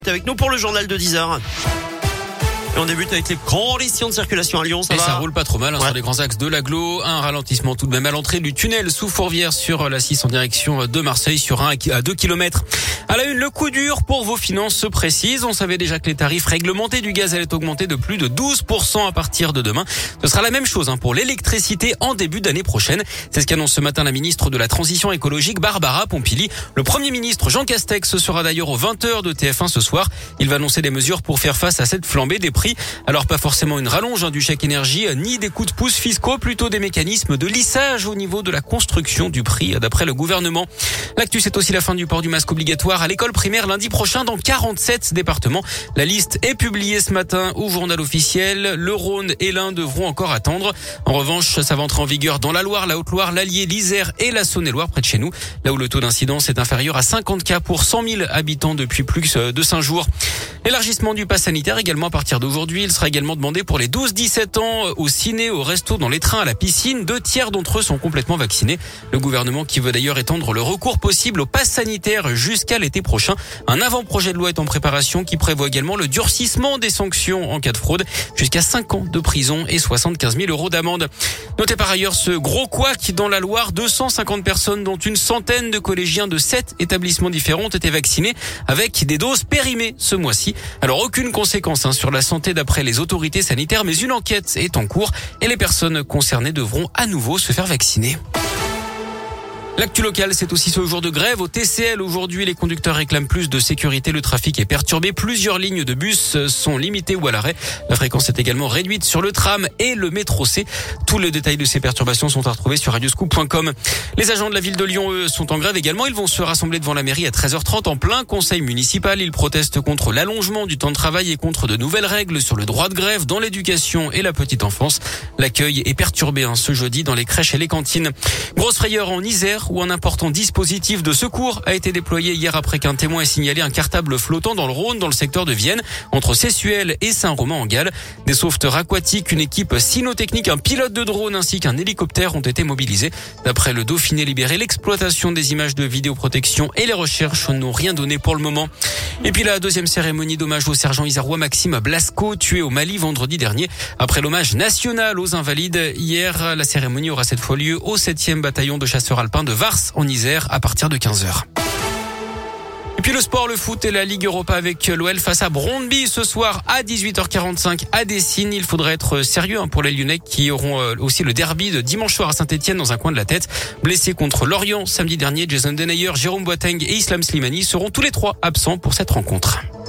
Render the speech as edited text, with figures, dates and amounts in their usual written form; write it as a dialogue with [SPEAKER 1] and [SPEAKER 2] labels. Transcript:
[SPEAKER 1] T'es avec nous pour le journal de 10h. Et on débute avec les conditions de circulation à Lyon, ça va.
[SPEAKER 2] Ça roule pas trop mal sur les grands axes de l'agglo. Un ralentissement tout de même à l'entrée du tunnel sous Fourvière sur la 6 en direction de Marseille sur 1 à 2 km. À la une, le coup dur pour vos finances se précise. On savait déjà que les tarifs réglementés du gaz allaient augmenter de plus de 12% à partir de demain. Ce sera la même chose pour l'électricité en début d'année prochaine. C'est ce qu'annonce ce matin la ministre de la Transition écologique, Barbara Pompili. Le Premier ministre Jean Castex sera d'ailleurs aux 20h de TF1 ce soir. Il va annoncer des mesures pour faire face à cette flambée des prix. Alors pas forcément une rallonge du chèque énergie, ni des coups de pouce fiscaux, plutôt des mécanismes de lissage au niveau de la construction du prix, d'après le gouvernement. L'actu, c'est aussi la fin du port du masque obligatoire à l'école primaire lundi prochain dans 47 départements. La liste est publiée ce matin au journal officiel. Le Rhône et l'Ain devront encore attendre. En revanche, ça va entrer en vigueur dans la Loire, la Haute-Loire, l'Allier, l'Isère et la Saône-et-Loire près de chez nous, là où le taux d'incidence est inférieur à 50 cas pour 100 000 habitants depuis plus de 5 jours. L'élargissement du pass sanitaire également à partir d'aujourd'hui. Il sera également demandé pour les 12-17 ans au ciné, au resto, dans les trains, à la piscine. 2/3 d'entre eux sont complètement vaccinés. Le gouvernement qui veut d'ailleurs étendre le recours possible au pass sanitaire jusqu'à l'été prochain. Un avant-projet de loi est en préparation qui prévoit également le durcissement des sanctions en cas de fraude, jusqu'à 5 ans de prison et 75 000 € d'amende. Notez par ailleurs ce gros couac dans la Loire. 250 personnes, dont une centaine de collégiens de 7 établissements différents, ont été vaccinés avec des doses périmées ce mois-ci. Alors aucune conséquence sur la santé d'après les autorités sanitaires, mais une enquête est en cours et les personnes concernées devront à nouveau se faire vacciner. L'actu locale, c'est aussi ce jour de grève au TCL. Aujourd'hui, les conducteurs réclament plus de sécurité. Le trafic est perturbé. Plusieurs lignes de bus sont limitées ou à l'arrêt. La fréquence est également réduite sur le tram et le métro C. Tous les détails de ces perturbations sont à retrouver sur radioscoop.com. Les agents de la ville de Lyon, eux, sont en grève également. Ils vont se rassembler devant la mairie à 13h30 en plein conseil municipal. Ils protestent contre l'allongement du temps de travail et contre de nouvelles règles sur le droit de grève dans l'éducation et la petite enfance. L'accueil est perturbé ce jeudi dans les crèches et les cantines. Grosse frayeur en Isère, où un important dispositif de secours a été déployé hier après qu'un témoin ait signalé un cartable flottant dans le Rhône, dans le secteur de Vienne, entre Sessuel et Saint-Romain-en-Galles. Des sauveteurs aquatiques, une équipe cynotechnique, un pilote de drone ainsi qu'un hélicoptère ont été mobilisés. D'après le Dauphiné libéré, l'exploitation des images de vidéoprotection et les recherches n'ont rien donné pour le moment. Et puis la deuxième cérémonie d'hommage au sergent isérois Maxime Blasco, tué au Mali vendredi dernier. Après l'hommage national aux invalides, hier, la cérémonie aura cette fois lieu au 7e bataillon de chasseurs alpins de Vars en Isère à partir de 15h. Et puis le sport, le foot et la Ligue Europa avec l'OL face à Brøndby ce soir à 18h45 à Dessine. Il faudrait être sérieux pour les Lyonnais qui auront aussi le derby de dimanche soir à Saint-Etienne dans un coin de la tête. Blessés contre Lorient samedi dernier, Jason Denayer, Jérôme Boateng et Islam Slimani seront tous les trois absents pour cette rencontre.